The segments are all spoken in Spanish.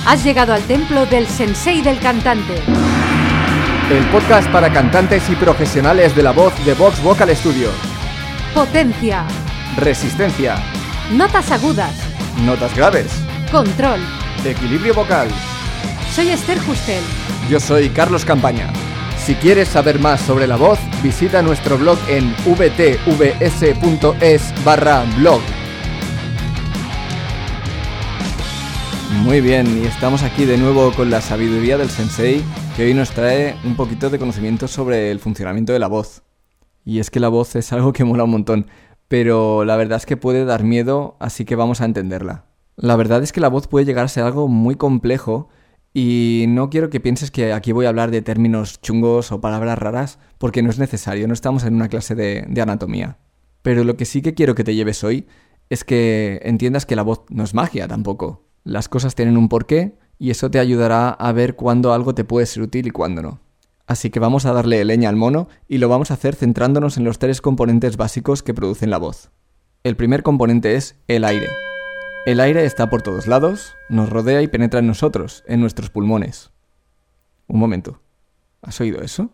Has llegado al templo del Sensei del Cantante. El podcast para cantantes y profesionales de la voz de Vox Vocal Studio. Potencia. Resistencia. Notas agudas. Notas graves. Control. Equilibrio vocal. Soy Esther Justel. Yo soy Carlos Campaña. Si quieres saber más sobre la voz, visita nuestro blog en vtvs.es/blog. Muy bien, y estamos aquí de nuevo con la sabiduría del Sensei, que hoy nos trae un poquito de conocimiento sobre el funcionamiento de la voz. Y es que la voz es algo que mola un montón, pero la verdad es que puede dar miedo, así que vamos a entenderla. La verdad es que la voz puede llegar a ser algo muy complejo y no quiero que pienses que aquí voy a hablar de términos chungos o palabras raras, porque no es necesario, no estamos en una clase de anatomía. Pero lo que sí que quiero que te lleves hoy es que entiendas que la voz no es magia tampoco. Las cosas tienen un porqué y eso te ayudará a ver cuándo algo te puede ser útil y cuándo no. Así que vamos a darle leña al mono y lo vamos a hacer centrándonos en los 3 componentes básicos que producen la voz. El primer componente es el aire. El aire está por todos lados, nos rodea y penetra en nosotros, en nuestros pulmones. Un momento, ¿has oído eso?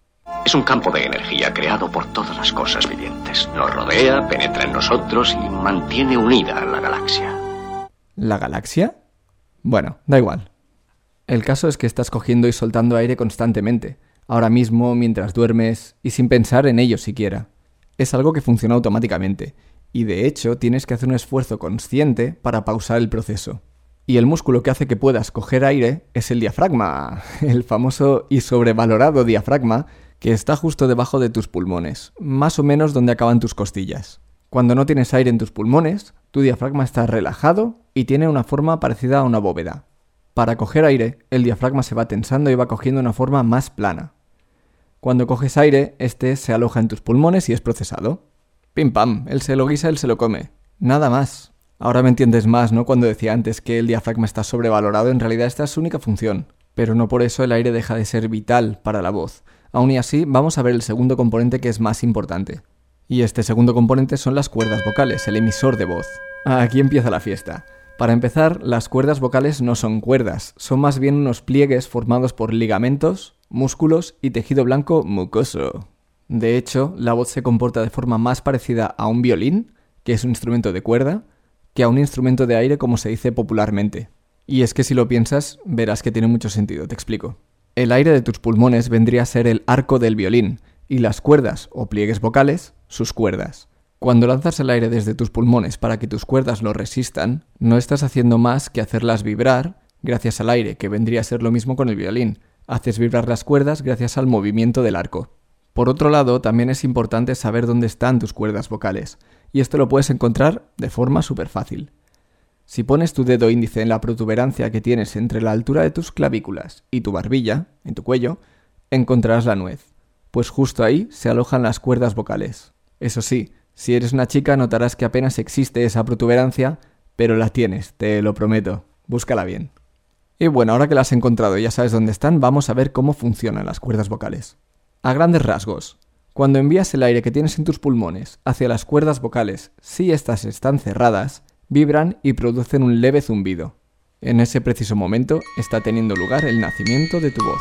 Es un campo de energía creado por todas las cosas vivientes. Nos rodea, penetra en nosotros y mantiene unida a la galaxia. ¿La galaxia? Bueno, da igual. El caso es que estás cogiendo y soltando aire constantemente, ahora mismo, mientras duermes, y sin pensar en ello siquiera. Es algo que funciona automáticamente, y de hecho tienes que hacer un esfuerzo consciente para pausar el proceso. Y el músculo que hace que puedas coger aire es el diafragma, el famoso y sobrevalorado diafragma que está justo debajo de tus pulmones, más o menos donde acaban tus costillas. Cuando no tienes aire en tus pulmones, tu diafragma está relajado y tiene una forma parecida a una bóveda. Para coger aire, el diafragma se va tensando y va cogiendo una forma más plana. Cuando coges aire, este se aloja en tus pulmones y es procesado. Pim pam, él se lo guisa, él se lo come. Nada más. Ahora me entiendes más, ¿no? Cuando decía antes que el diafragma está sobrevalorado, en realidad esta es su única función. Pero no por eso el aire deja de ser vital para la voz. Aún y así, vamos a ver el segundo componente que es más importante. Y este segundo componente son las cuerdas vocales, el emisor de voz. Aquí empieza la fiesta. Para empezar, las cuerdas vocales no son cuerdas, son más bien unos pliegues formados por ligamentos, músculos y tejido blanco mucoso. De hecho, la voz se comporta de forma más parecida a un violín, que es un instrumento de cuerda, que a un instrumento de aire como se dice popularmente. Y es que si lo piensas, verás que tiene mucho sentido, te explico. El aire de tus pulmones vendría a ser el arco del violín, y las cuerdas o pliegues vocales, sus cuerdas. Cuando lanzas el aire desde tus pulmones para que tus cuerdas lo resistan, no estás haciendo más que hacerlas vibrar gracias al aire, que vendría a ser lo mismo con el violín. Haces vibrar las cuerdas gracias al movimiento del arco. Por otro lado, también es importante saber dónde están tus cuerdas vocales, y esto lo puedes encontrar de forma súper fácil. Si pones tu dedo índice en la protuberancia que tienes entre la altura de tus clavículas y tu barbilla, en tu cuello, encontrarás la nuez, pues justo ahí se alojan las cuerdas vocales. Eso sí, si eres una chica notarás que apenas existe esa protuberancia, pero la tienes, te lo prometo. Búscala bien. Y bueno, ahora que la has encontrado y ya sabes dónde están, vamos a ver cómo funcionan las cuerdas vocales. A grandes rasgos, cuando envías el aire que tienes en tus pulmones hacia las cuerdas vocales, si estas están cerradas, vibran y producen un leve zumbido. En ese preciso momento está teniendo lugar el nacimiento de tu voz.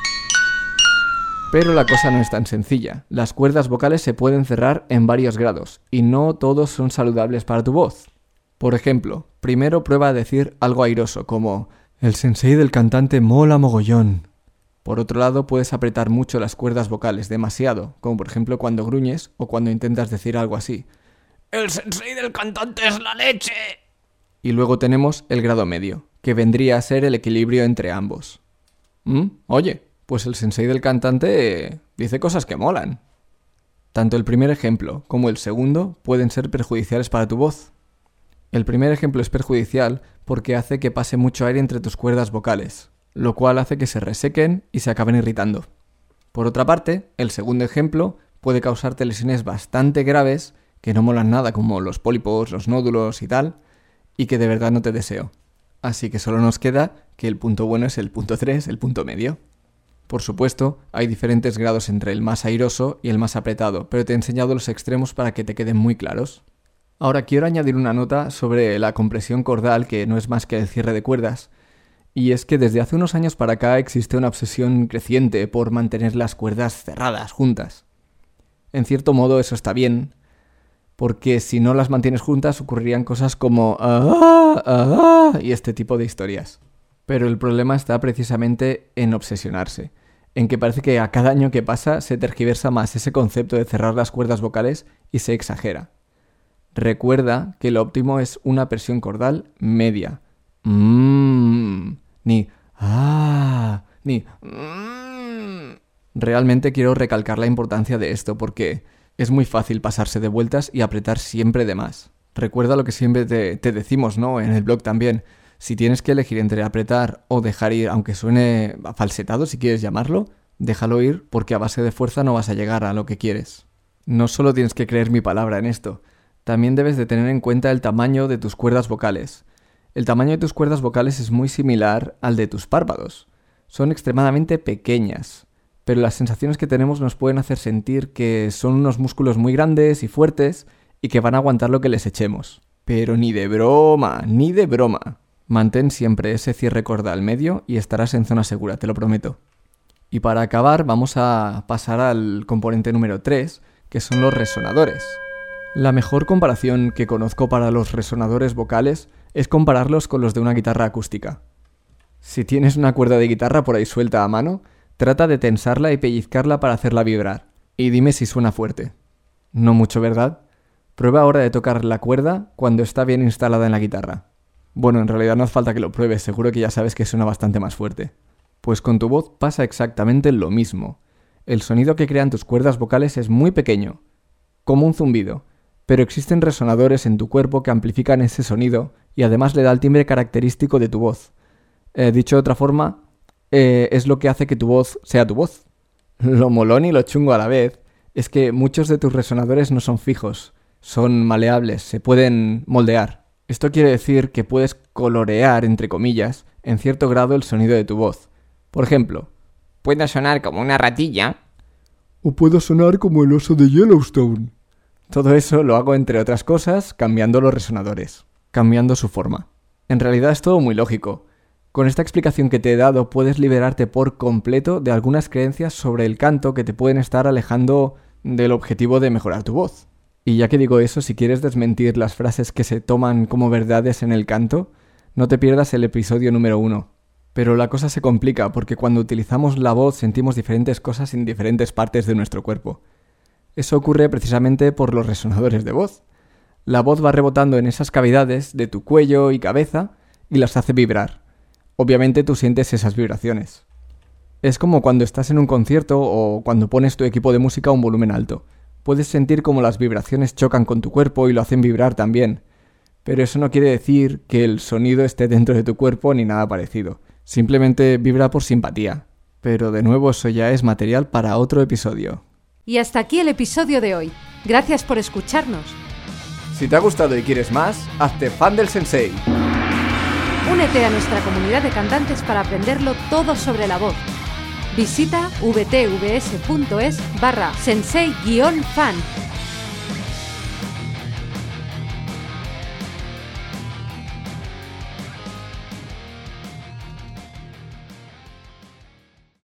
Pero la cosa no es tan sencilla. Las cuerdas vocales se pueden cerrar en varios grados y no todos son saludables para tu voz. Por ejemplo, primero prueba a decir algo airoso como «El sensei del cantante mola mogollón». Por otro lado, puedes apretar mucho las cuerdas vocales demasiado, como por ejemplo cuando gruñes o cuando intentas decir algo así «El sensei del cantante es la leche». Y luego tenemos el grado medio, que vendría a ser el equilibrio entre ambos. Oye, pues el sensei del cantante dice cosas que molan. Tanto el primer ejemplo como el segundo pueden ser perjudiciales para tu voz. El primer ejemplo es perjudicial porque hace que pase mucho aire entre tus cuerdas vocales, lo cual hace que se resequen y se acaben irritando. Por otra parte, el segundo ejemplo puede causarte lesiones bastante graves que no molan nada, como los pólipos, los nódulos y tal, y que de verdad no te deseo. Así que solo nos queda que el punto bueno es el punto 3, el punto medio. Por supuesto, hay diferentes grados entre el más airoso y el más apretado, pero te he enseñado los extremos para que te queden muy claros. Ahora quiero añadir una nota sobre la compresión cordal, que no es más que el cierre de cuerdas, Y es que desde hace unos años para acá existe una obsesión creciente por mantener las cuerdas cerradas, juntas. En cierto modo eso está bien, porque si no las mantienes juntas ocurrirían cosas como y este tipo de historias. Pero el problema está precisamente en obsesionarse, en que parece que a cada año que pasa se tergiversa más ese concepto de cerrar las cuerdas vocales y se exagera. Recuerda que lo óptimo es una presión cordal media. Ni Realmente quiero recalcar la importancia de esto porque es muy fácil pasarse de vueltas y apretar siempre de más. Recuerda lo que siempre te decimos, ¿no? En el blog también. Si tienes que elegir entre apretar o dejar ir, aunque suene falsetado si quieres llamarlo, déjalo ir porque a base de fuerza no vas a llegar a lo que quieres. No solo tienes que creer mi palabra en esto, también debes de tener en cuenta el tamaño de tus cuerdas vocales. El tamaño de tus cuerdas vocales es muy similar al de tus párpados. Son extremadamente pequeñas, pero las sensaciones que tenemos nos pueden hacer sentir que son unos músculos muy grandes y fuertes y que van a aguantar lo que les echemos. Pero ni de broma, ni de broma. Mantén siempre ese cierre cordal medio y estarás en zona segura, te lo prometo. Y para acabar vamos a pasar al componente número 3, que son los resonadores. La mejor comparación que conozco para los resonadores vocales es compararlos con los de una guitarra acústica. Si tienes una cuerda de guitarra por ahí suelta a mano, trata de tensarla y pellizcarla para hacerla vibrar. Y dime si suena fuerte. No mucho, ¿verdad? Prueba ahora de tocar la cuerda cuando está bien instalada en la guitarra. Bueno, en realidad no hace falta que lo pruebes, seguro que ya sabes que suena bastante más fuerte. Pues con tu voz pasa exactamente lo mismo. El sonido que crean tus cuerdas vocales es muy pequeño, como un zumbido, pero existen resonadores en tu cuerpo que amplifican ese sonido y además le da el timbre característico de tu voz. Dicho de otra forma, es lo que hace que tu voz sea tu voz. Lo molón y lo chungo a la vez es que muchos de tus resonadores no son fijos, son maleables, se pueden moldear. Esto quiere decir que puedes colorear, entre comillas, en cierto grado el sonido de tu voz. Por ejemplo, puedo sonar como una ratilla o puedo sonar como el oso de Yellowstone. Todo eso lo hago, entre otras cosas, cambiando los resonadores, cambiando su forma. En realidad es todo muy lógico. Con esta explicación que te he dado puedes liberarte por completo de algunas creencias sobre el canto que te pueden estar alejando del objetivo de mejorar tu voz. Y ya que digo eso, si quieres desmentir las frases que se toman como verdades en el canto, no te pierdas el episodio número 1. Pero la cosa se complica porque cuando utilizamos la voz sentimos diferentes cosas en diferentes partes de nuestro cuerpo. Eso ocurre precisamente por los resonadores de voz. La voz va rebotando en esas cavidades de tu cuello y cabeza y las hace vibrar. Obviamente tú sientes esas vibraciones. Es como cuando estás en un concierto o cuando pones tu equipo de música a un volumen alto. Puedes sentir como las vibraciones chocan con tu cuerpo y lo hacen vibrar también. Pero eso no quiere decir que el sonido esté dentro de tu cuerpo ni nada parecido. Simplemente vibra por simpatía. Pero de nuevo eso ya es material para otro episodio. Y hasta aquí el episodio de hoy. Gracias por escucharnos. Si te ha gustado y quieres más, hazte fan del Sensei. Únete a nuestra comunidad de cantantes para aprenderlo todo sobre la voz. Visita vtvs.es/sensei-fan